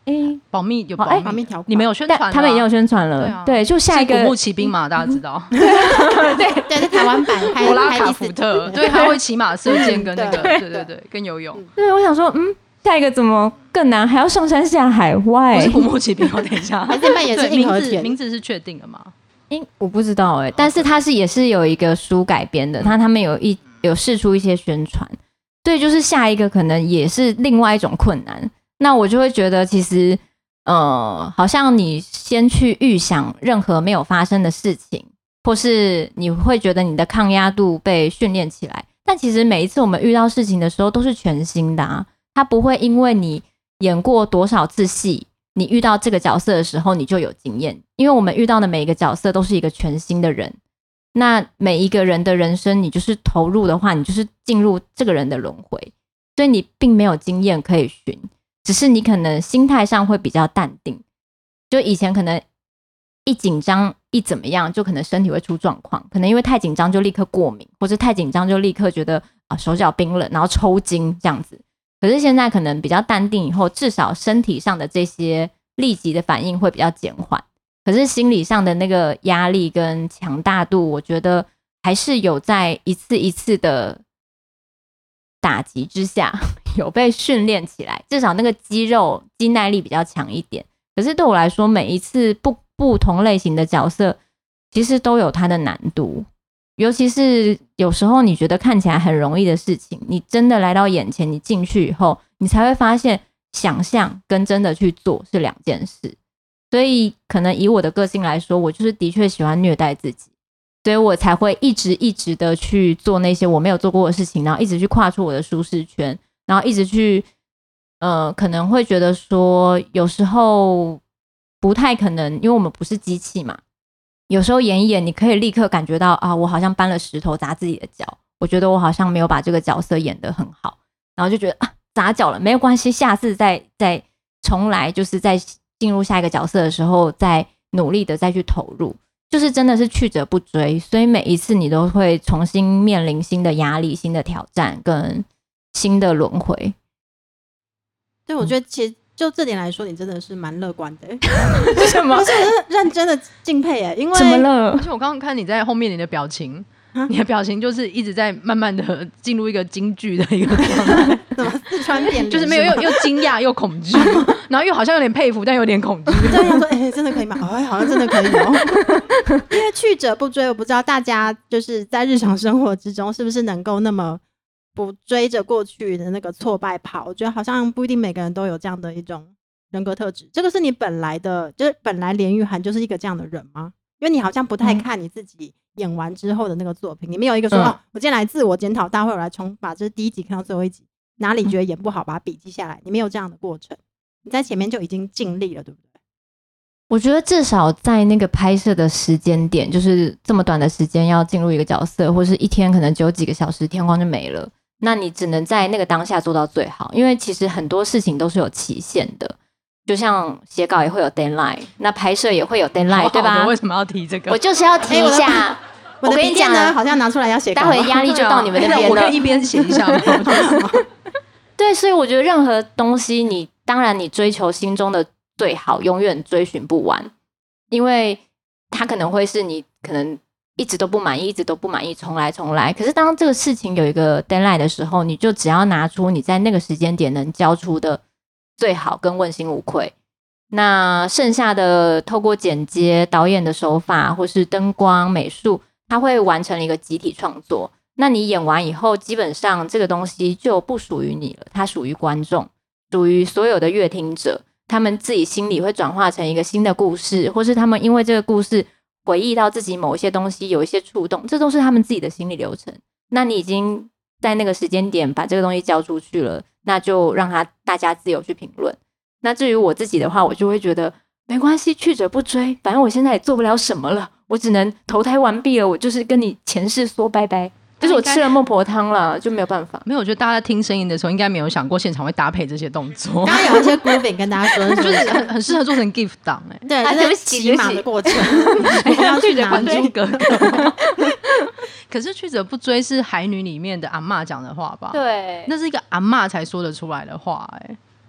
哎， 保密有哦哎保密， 保密条款你们有宣传、啊， 但他们已经有宣传了， 对啊对，就下一个是古墓骑兵嘛，大家知道， 对对，是台湾版拍博拉卡拍第四集福特，对，他会骑马、射箭跟那个， 对对对对，跟游泳。 对，我想说，嗯，下一个怎么更难，还要上山下海外不是？古墓骑兵，我等一下， 还是扮演是对名字硬核田名字是确定的吗？ 因我不知道哎、但是它是也是有一个书改编的，他他们有一有试出一些宣传，对，就是下一个可能也是另外一种困难。那我就会觉得，其实呃，好像你先去预想任何没有发生的事情，或是你会觉得你的抗压度被训练起来，但其实每一次我们遇到事情的时候都是全新的啊，它不会因为你演过多少次戏。你遇到这个角色的时候，你就有经验，因为我们遇到的每一个角色都是一个全新的人。那每一个人的人生，你就是投入的话，你就是进入这个人的轮回，所以你并没有经验可以寻，只是你可能心态上会比较淡定。就以前可能一紧张一怎么样，就可能身体会出状况，可能因为太紧张就立刻过敏，或是太紧张就立刻觉得啊手脚冰冷，然后抽筋这样子。可是现在可能比较淡定以后，至少身体上的这些立即的反应会比较减缓，可是心理上的那个压力跟强大度，我觉得还是有在一次一次的打击之下有被训练起来，至少那个肌肉肌耐力比较强一点。可是对我来说，每一次不不同类型的角色其实都有它的难度，尤其是有时候你觉得看起来很容易的事情，你真的来到眼前，你进去以后，你才会发现想象跟真的去做是两件事。所以可能以我的个性来说，我就是的确喜欢虐待自己，所以我才会一直一直的去做那些我没有做过的事情，然后一直去跨出我的舒适圈，然后一直去呃，可能会觉得说有时候不太可能，因为我们不是机器嘛，有时候演一演，你可以立刻感觉到啊，我好像搬了石头砸自己的脚，我觉得我好像没有把这个角色演得很好，然后就觉得啊，砸脚了，没有关系，下次再再重来，就是在进入下一个角色的时候，再努力的再去投入，就是真的是去者不追，所以每一次你都会重新面临新的压力、新的挑战跟新的轮回。 对，我觉得其实就这点来说，你真的是蛮乐观的、欸。 什么不是，我是认真的敬佩哎、因为怎么了而？且我刚刚看你在后面你的表情，你的表情就是一直在慢慢的进入一个京剧的一个状态， 怎么四川变脸就是没有吗又又惊讶又恐惧，然后又好像有点佩服，但有点恐惧。 对，想说哎、欸，真的可以吗？哎，好像真的可以哦。因为去者不追，我不知道大家就是在日常生活之中是不是能够那么不追着过去的那个挫败跑。我觉得好像不一定每个人都有这样的一种人格特质。这个是你本来的，就是本来连玉涵就是一个这样的人吗？因为你好像不太看你自己演完之后的那个作品，你没有一个说、 嗯、 哦，我今天来自我检讨大会，我来重把这第一集看到最后一集，哪里觉得演不好，把它笔记下来。你没有这样的过程，你在前面就已经尽力了，对不对？ 我觉得至少在那个拍摄的时间点，就是这么短的时间要进入一个角色，或是一天可能只有几个小时，天光就没了。那你只能在那个当下做到最好，因为其实很多事情都是有期限的，就像写稿也会有 deadline， 那拍摄也会有 deadline， 好好对吧？ 为什么要提这个？ 我就是要提一下。 欸、我的笔电呢，好像拿出来要写稿， 待会压力就到你们那边了。 我可以一边写一下吗？ 对，所以我觉得任何东西你，你当然你追求心中的最好，永远追寻不完，因为它可能会是你可能一直都不满意，一直都不满意，重来重来。可是当这个事情有一个 deadline 的时候，你就只要拿出你在那个时间点能交出的最好，跟问心无愧。那剩下的透过剪接、导演的手法，或是灯光、美术，它会完成一个集体创作。那你演完以后，基本上这个东西就不属于你了，它属于观众，属于所有的乐听者。他们自己心里会转化成一个新的故事，或是他们因为这个故事回忆到自己某一些东西，有一些触动，这都是他们自己的心理流程。那你已经在那个时间点把这个东西交出去了，那就让他大家自由去评论。那至于我自己的话，我就会觉得没关系，去者不追，反正我现在也做不了什么了，我只能投胎完毕了，我就是跟你前世说拜拜。就是我吃了孟婆汤了，就没有办法。 没有，我觉得大家在听声音的时候，应该没有想过现场会搭配这些动作。 刚刚有一些 grooving 跟大家说， 就是很很适合做成 GIF 档哎、欸。 对， 啊、 就是骑马的过程，要去哪还珠格格。可是去者不追是海女里面的阿嬷讲的话吧？ 对， 那是一个阿嬷才说得出来的话哎、欸。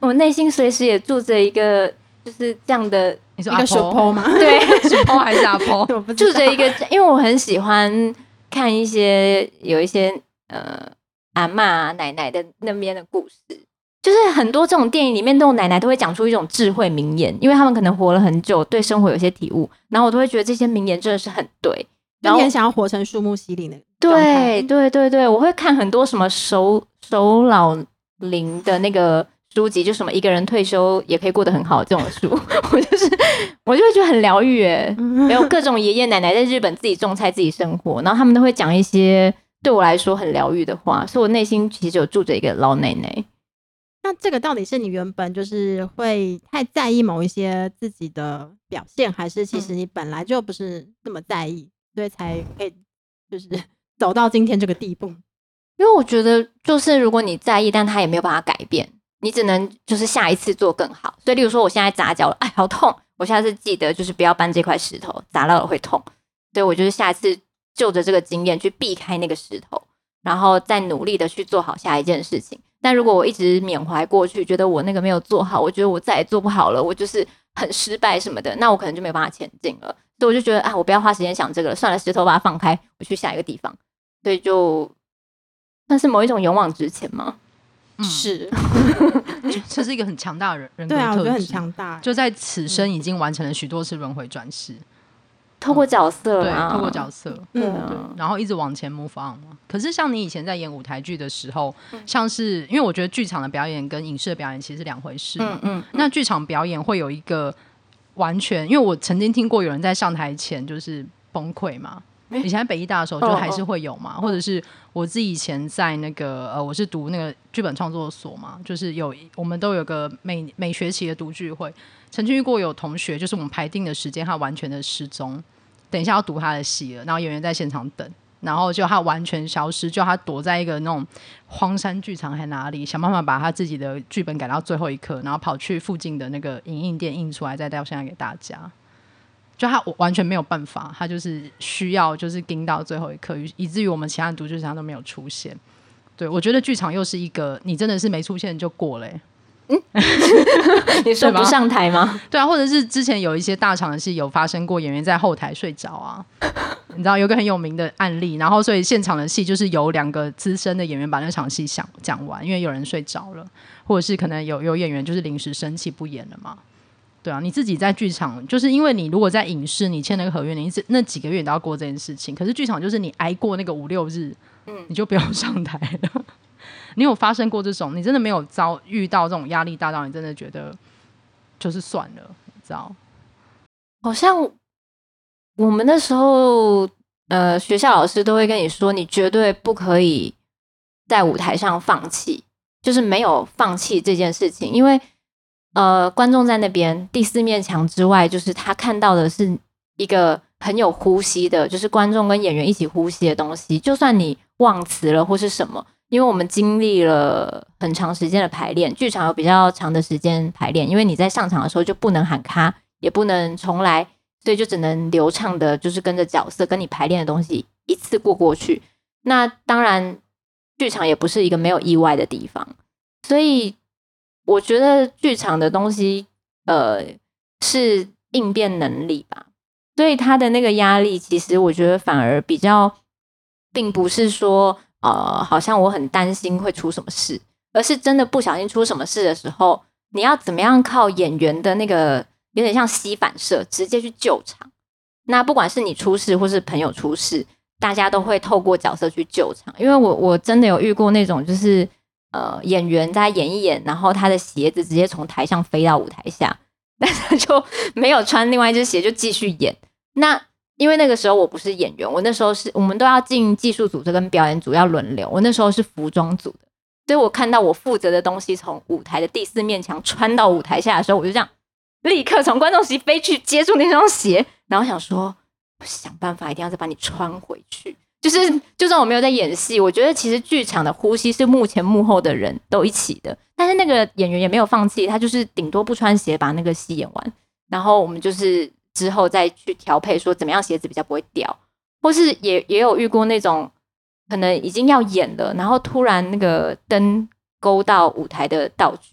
我内心随时也住着一个就是这样的你说一个 support 吗？ 对 support 还是阿婆？ 我不知道住着一个，因为我很喜欢看一些有一些呃阿嬷啊奶奶的那边的故事，就是很多这种电影里面那种奶奶都会讲出一种智慧名言，因为他们可能活了很久，对生活有些体悟，然后我都会觉得这些名言真的是很对。然后你很想要活成树木希林的状态。 对对对对，我会看很多什么首首老龄的那个书籍，就什么一个人退休也可以过得很好这种书，我就是我就会觉得很疗愈耶。还有各种爷爷奶奶在日本自己种菜自己生活，然后他们都会讲一些对我来说很疗愈的话，所以我内心其实有住着一个老奶奶。 那这个到底是你原本就是会太在意某一些自己的表现，还是其实你本来就不是那么在意，所以才可以就是走到今天这个地步？ 因为我觉得就是如果你在意，但他也没有办法改变，你只能就是下一次做更好。所以例如说我现在砸脚了，哎好痛，我下次记得就是不要搬这块石头，砸到了会痛。所以我就是下一次就着这个经验去避开那个石头，然后再努力的去做好下一件事情。但如果我一直缅怀过去，觉得我那个没有做好，我觉得我再也做不好了，我就是很失败什么的，那我可能就没有办法前进了。所以我就觉得啊，我不要花时间想这个了，算了，石头把它放开，我去下一个地方。所以就那是某一种勇往直前吗？ 嗯、 是， 这是一个很强大的人人格对啊，我觉得很特质强大。 就在此生已经完成了许多次轮回转世。 透过角色对， 啊， 透过角色， 对对， 啊， 然后一直往前 move on 嘛。可是像你以前在演舞台剧的时候，像是因为我觉得剧场的表演跟影视的表演其实是两回事嘛。 嗯嗯， 那剧场表演会有一个完全，因为我曾经听过有人在上台前就是崩溃嘛。以前在北艺大的时候就还是会有嘛， 哦哦或者是我自己以前在那个呃，我是读那个剧本创作所嘛，就是有我们都有个每每学期的读剧会，曾经遇过有同学就是我们排定的时间他完全的失踪，等一下要读他的戏了，然后演员在现场等，然后就他完全消失，就他躲在一个那种荒山剧场还哪里，想办法把他自己的剧本改到最后一刻，然后跑去附近的那个影印店印出来，再到现在给大家。就他完全没有办法，他就是需要就是盯到最后一刻，以至于我们其他的读剧场都没有出现。对，我觉得剧场又是一个你真的是没出现就过了、欸嗯、你说不上台吗？ 对啊，或者是之前有一些大场的戏有发生过演员在后台睡着啊，你知道有个很有名的案例，然后所以现场的戏就是由两个资深的演员把那场戏讲完，因为有人睡着了，或者是可能有有演员就是临时生气不演了嘛。对啊，你自己在剧场，就是因为你如果在影视，你签那个合约，你那几个月你都要过这件事情。可是剧场就是你挨过那个五六日，嗯，你就不用上台了。你有发生过这种？你真的没有遭遇到这种压力大到你真的觉得就是算了，你知道？ 好像我们那时候，呃，学校老师都会跟你说，你绝对不可以在舞台上放弃，就是没有放弃这件事情，因为。呃，观众在那边第四面墙之外，就是他看到的是一个很有呼吸的，就是观众跟演员一起呼吸的东西。就算你忘词了或是什么，因为我们经历了很长时间的排练，剧场有比较长的时间排练，因为你在上场的时候就不能喊卡，也不能重来，所以就只能流畅的，就是跟着角色跟你排练的东西一次过过去。那当然，剧场也不是一个没有意外的地方，所以。我觉得剧场的东西，呃，是应变能力吧，所以他的那个压力，其实我觉得反而比较，并不是说，呃，好像我很担心会出什么事，而是真的不小心出什么事的时候，你要怎么样靠演员的那个有点像吸反射，直接去救场。那不管是你出事或是朋友出事，大家都会透过角色去救场，因为我我真的有遇过那种就是。呃，演员在演一演，然后他的鞋子直接从台上飞到舞台下，但是就没有穿另外一只鞋就继续演。那因为那个时候我不是演员，我那时候是我们都要进技术组这跟表演组要轮流，我那时候是服装组的，所以我看到我负责的东西从舞台的第四面墙穿到舞台下的时候，我就这样立刻从观众席飞去接住那双鞋，然后想说想办法一定要再把你穿回去。就是就算我没有在演戏，我觉得其实剧场的呼吸是幕前幕后的人都一起的，但是那个演员也没有放弃，他就是顶多不穿鞋把那个戏演完，然后我们就是之后再去调配说怎么样鞋子比较不会掉，或是也也有遇过那种可能已经要演了，然后突然那个灯勾到舞台的道具，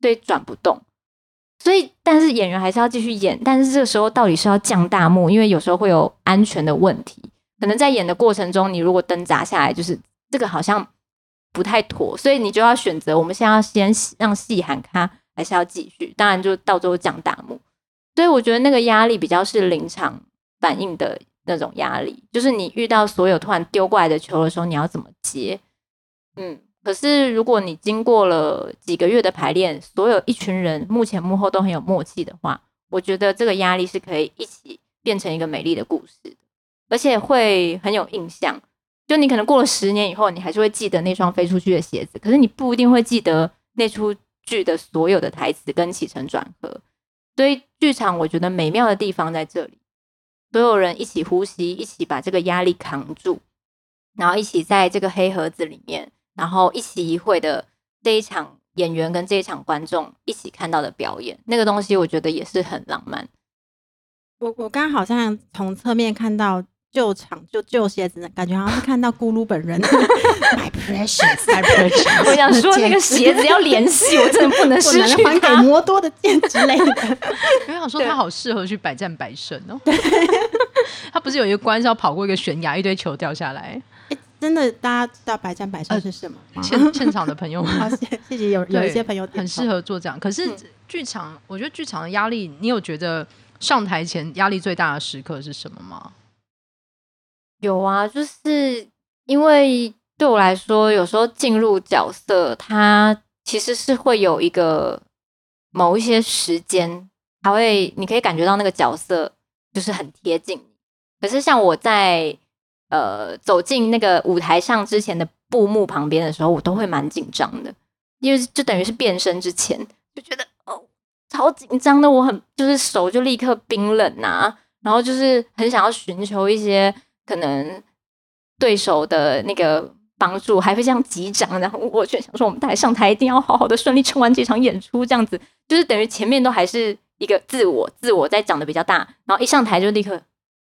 所以转不动。所以但是演员还是要继续演，但是这个时候到底是要降大幕，因为有时候会有安全的问题，可能在演的过程中你如果灯砸下来，就是这个好像不太妥，所以你就要选择我们现在要先让戏喊卡还是要继续，当然就到最后降大幕。所以我觉得那个压力比较是临场反应的那种压力，就是你遇到所有突然丢过来的球的时候你要怎么接。嗯，可是如果你经过了几个月的排练，所有一群人幕前幕后都很有默契的话，我觉得这个压力是可以一起变成一个美丽的故事的，而且会很有印象。就你可能过了十年以后，你还是会记得那双飞出去的鞋子，可是你不一定会记得那出剧的所有的台词跟起承转合。所以剧场我觉得美妙的地方在这里，所有人一起呼吸，一起把这个压力扛住，然后一起在这个黑盒子里面，然后一起一会的这一场演员跟这一场观众一起看到的表演，那个东西我觉得也是很浪漫。 我我刚刚好像从侧面看到旧场就旧鞋子，感觉好像是看到咕噜本人My precious My precious 我想说那个鞋子要联系，我真的不能失去还给它。 摩多的剑之类的。 我想说他好适合去百战百胜哦。他不是有一个关是要跑过一个悬崖，一堆球掉下来。 欸、真的，大家知道百战百胜是什么吗？ 现现场的朋友们， 好谢谢谢有有一些朋友很适合做这样。可是剧场、嗯，我觉得剧场的压力，你有觉得上台前压力最大的时刻是什么吗？ 有啊，就是因为对我来说，有时候进入角色，它其实是会有一个某一些时间，还会你可以感觉到那个角色就是很贴近你。可是像我在呃走进那个舞台上之前的布幕旁边的时候，我都会蛮紧张的，因为就等于是变身之前就觉得哦超紧张的，我很就是手就立刻冰冷啊，然后就是很想要寻求一些可能对手的那个帮助，还会这样击掌，然后我就想说我们台上台一定要好好的顺利撑完这场演出，这样子就是等于前面都还是一个自我自我在长得比较大，然后一上台就立刻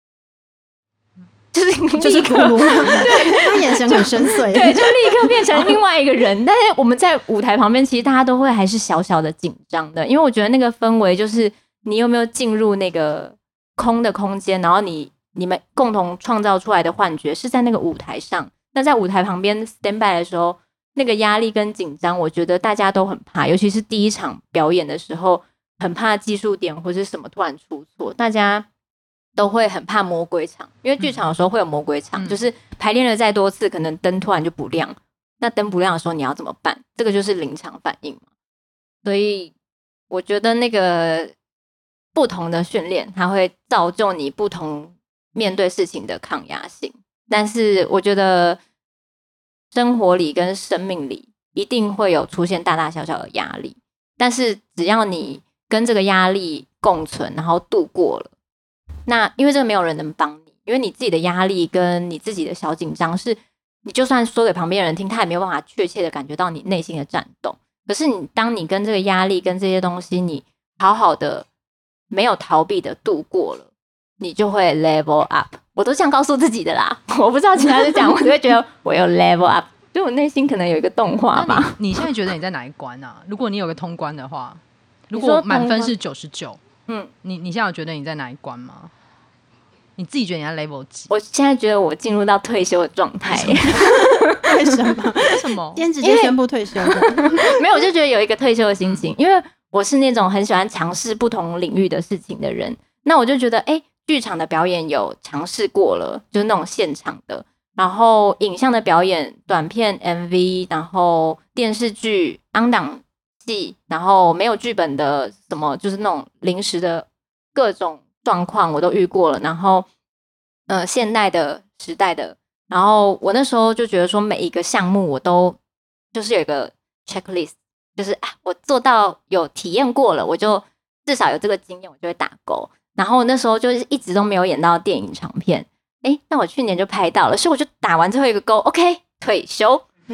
就是就是骷髅，对，他眼神很深邃， 对，就立刻变成另外一个人。但是我们在舞台旁边，其实大家都会还是小小的紧张的，因为我觉得那个氛围就是你有没有进入那个空的空间，然后你你们共同创造出来的幻觉是在那个舞台上。那在舞台旁边 stand by 的时候，那个压力跟紧张，我觉得大家都很怕，尤其是第一场表演的时候，很怕技术点或是什么突然出错，大家都会很怕魔鬼场，因为剧场有时候会有魔鬼场、嗯、就是排练了再多次，可能灯突然就不亮，那灯不亮的时候你要怎么办？这个就是临场反应嘛。所以我觉得那个不同的训练，它会造就你不同面对事情的抗压性。但是我觉得生活里跟生命里一定会有出现大大小小的压力，但是只要你跟这个压力共存，然后度过了，那因为这个没有人能帮你，因为你自己的压力跟你自己的小紧张是你就算说给旁边人听，他也没有办法确切的感觉到你内心的颤动。可是你当你跟这个压力跟这些东西你好好的没有逃避的度过了，你就会 level up。 我都这样告诉自己的啦，我不知道其他人讲我就会觉得我有 level up， 就我内心可能有一个动画吧。 你, 你现在觉得你在哪一关啊？如果你有个通关的话，如果满分是九十九，嗯，你你现在有觉得你在哪一关吗？你自己觉得你在 level 几？ 我现在觉得我进入到退休的状态。 为什么？ 为什么？ 今天直接宣布退休的？ 没有，我就觉得有一个退休的心情，因为我是那种很喜欢尝试不同领域的事情的人。那我就觉得，哎、欸，剧场的表演有尝试过了，就是那种现场的，然后影像的表演，短片 M V， 然后电视剧 on 档戏，然后没有剧本的什么，就是那种临时的各种状况我都遇过了，然后呃现代的时代的，然后我那时候就觉得说每一个项目我都就是有一个 checklist， 就是啊我做到有体验过了，我就至少有这个经验，我就会打勾。然后那时候就是一直都没有演到电影长片，诶，但我去年就拍到了，所以我就打完最后一个勾 OK 退休。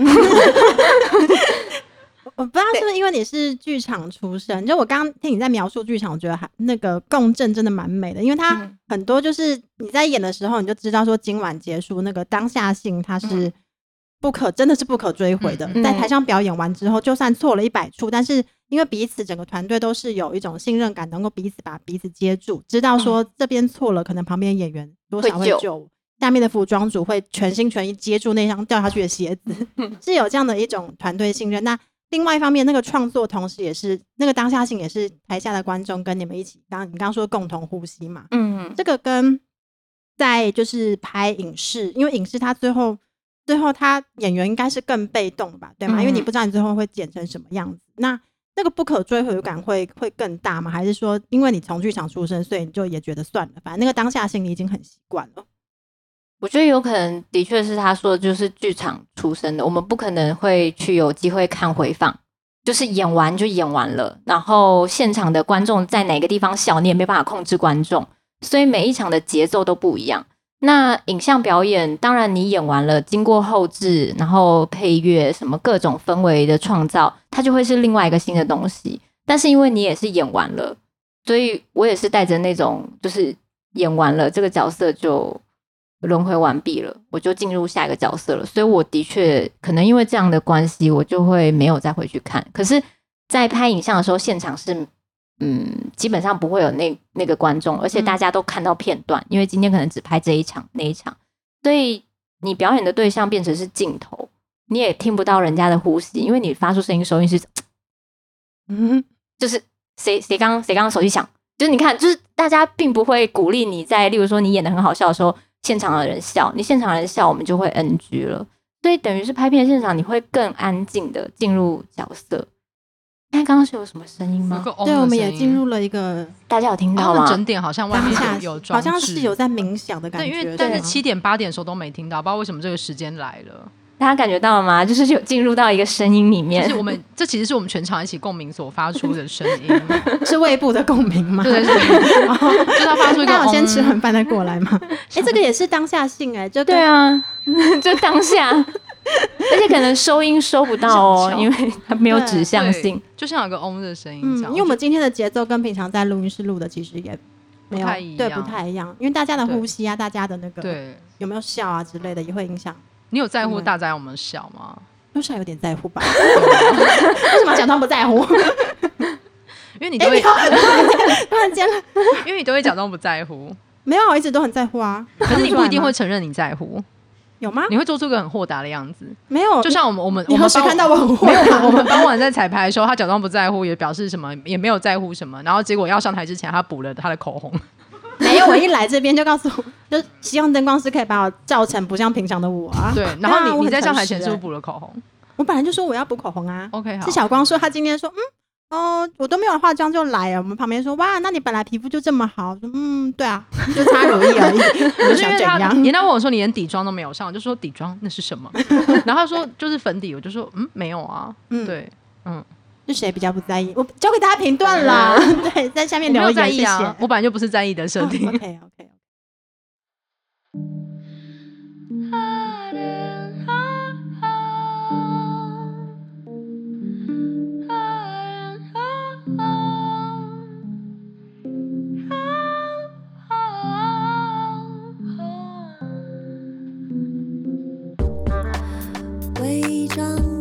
我不知道是不是因为你是剧场出身，就我刚刚听你在描述剧场，我觉得还那个共振真的蛮美的，因为它很多就是你在演的时候你就知道说今晚结束那个当下性它是不可真的是不可追回的。 嗯在台上表演完之后，就算错了一百处，但是因为彼此整个团队都是有一种信任感，能够彼此把彼此接住，知道说这边错了，可能旁边演员多少会会救救我，下面的服装组会全心全意接住那双掉下去的鞋子，是有这样的一种团队信任。那另外一方面，那个创作同时也是那个当下性，也是台下的观众跟你们一起，刚你刚刚说共同呼吸嘛， 嗯， 这个跟在就是拍影视，因为影视它最后最后他演员应该是更被动的吧，对吗？ 嗯因为你不知道你最后会剪成什么样子，那那个不可追回感会会更大吗？还是说因为你从剧场出身，所以你就也觉得算了，反正那个当下性你已经很习惯了？ 我觉得有可能的确是他说的就是剧场出身的，我们不可能会去有机会看回放，就是演完就演完了，然后现场的观众在哪个地方笑，你也没办法控制观众，所以每一场的节奏都不一样。那影像表演，当然你演完了，经过后制，然后配乐什么各种氛围的创造，它就会是另外一个新的东西。但是因为你也是演完了，所以我也是带着那种就是演完了这个角色就轮回完毕了，我就进入下一个角色了。所以我的确可能因为这样的关系，我就会没有再回去看。可是，在拍影像的时候，现场是嗯，基本上不会有那那个观众，而且大家都看到片段，因为今天可能只拍这一场那一场，所以你表演的对象变成是镜头，你也听不到人家的呼吸，因为你发出声音收音是， 嗯， 就是谁谁刚谁刚刚手机响，就是你看，就是大家并不会鼓励你在，例如说你演的很好笑的时候，现场的人笑，你现场的人笑，我们就会 N G 了，所以等于是拍片现场你会更安静的进入角色。那刚刚是有什么声音吗？ 对，我们也进入了一个大家有听他到吗？ 们整点好像外面当下有有装置， 好像是有在冥想的感对， 觉， 因为但是对吗七点八点的时候都没听到，不知道为什么这个时间来了。 大家感觉到了吗？就是有进入到一个声音里面， 就是我们这其实是我们全场一起共鸣所发出的声音， 是胃部的共鸣吗？ 对对对，就是他发出一个那我先嗡吃完饭再过来吗？哎、这个也是当下性哎、就跟对啊，就当下，而且可能收音收不到哦，因为它没有指向性对，就像有个嗡的声音嗯这样。， 因为我们今天的节奏跟平常在录音室录的其实也没有不太一样对，不太一样，因为大家的呼吸啊，大家的那个对， 有没有笑啊之类的也会影响， 你有在乎大家有没有笑吗？ 多少有点在乎吧？为什么假装不在乎？ 因为你都会， 突然间了， 因为你都会假装不在乎， 没有，我一直都很在乎啊。 可是你不一定会看得出来吗承认你在乎， 有吗？ 你会做出个很豁达的样子。 没有， 就像我们我们你何时我们帮看到我很豁没有， 达？ 我们傍晚在彩排的时候，他假装不在乎，也表示什么，也没有在乎什么。然后结果要上台之前，他补了他的口红。 没有，我一来这边就告诉我，就希望灯光师可以把我照成不像平常的我啊。 对，然后对啊我很你你在上台诚实欸前是不是补了口红我本来就说我要补口红啊。 ？OK，好是。小光说他今天说，嗯，哦，我都没有化妆就来啊。我们旁边说，哇，那你本来皮肤就这么好。我说，嗯，对啊，就擦乳液而已。你就是因为他， 想怎样？ 人家问我说你连底妆都没有上，我就说底妆那是什么？然后他说就是粉底，我就说嗯没有啊。 嗯对，嗯， 是谁比较不在意？我交给大家评断啦。对，在下面我没有留言，谢在意啊， 谢。 我本来就不是在意的设定。 OK OK。 伪装